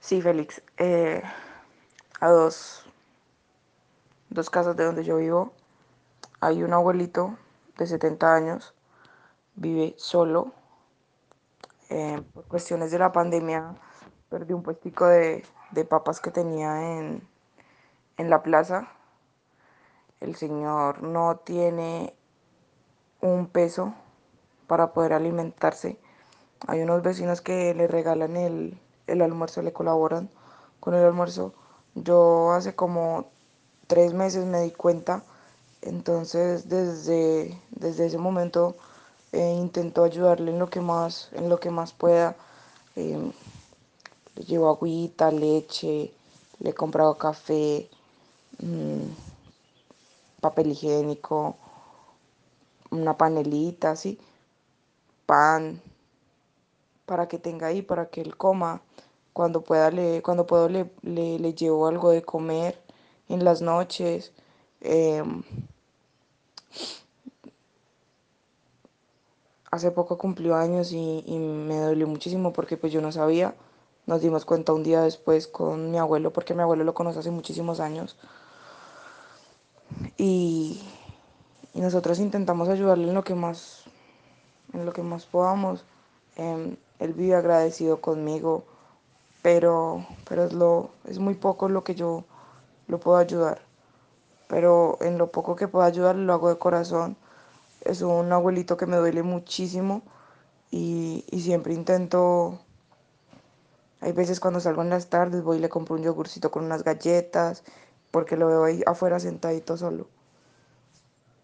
Sí, Félix. A dos casas de donde yo vivo hay un abuelito de 70 años, vive solo. Por cuestiones de la pandemia perdí un puestico de papas que tenía en la plaza. El señor no tiene un peso para poder alimentarse. Hay unos vecinos que le regalan el almuerzo, le colaboran con el almuerzo. Yo hace como 3 meses me di cuenta, entonces desde ese momento intento ayudarle en lo que más pueda. Eh, Le llevo agüita, leche, le he comprado café, mm, papel higiénico, una panelita, así, pan, para que tenga ahí, para que él coma. Cuando puedo le llevo algo de comer en las noches. Em, Hace poco cumplió años y me dolió muchísimo porque pues yo no sabía. Nos dimos cuenta un día después con mi abuelo, porque mi abuelo lo conoce hace muchísimos años. Y, y nosotros intentamos ayudarle en lo que más podamos. Él vive agradecido conmigo, pero es muy poco lo que yo lo puedo ayudar. Pero en lo poco que puedo ayudar lo hago de corazón. Es un abuelito que me duele muchísimo y siempre intento, hay veces cuando salgo en las tardes voy y le compro un yogurcito con unas galletas porque lo veo ahí afuera sentadito solo.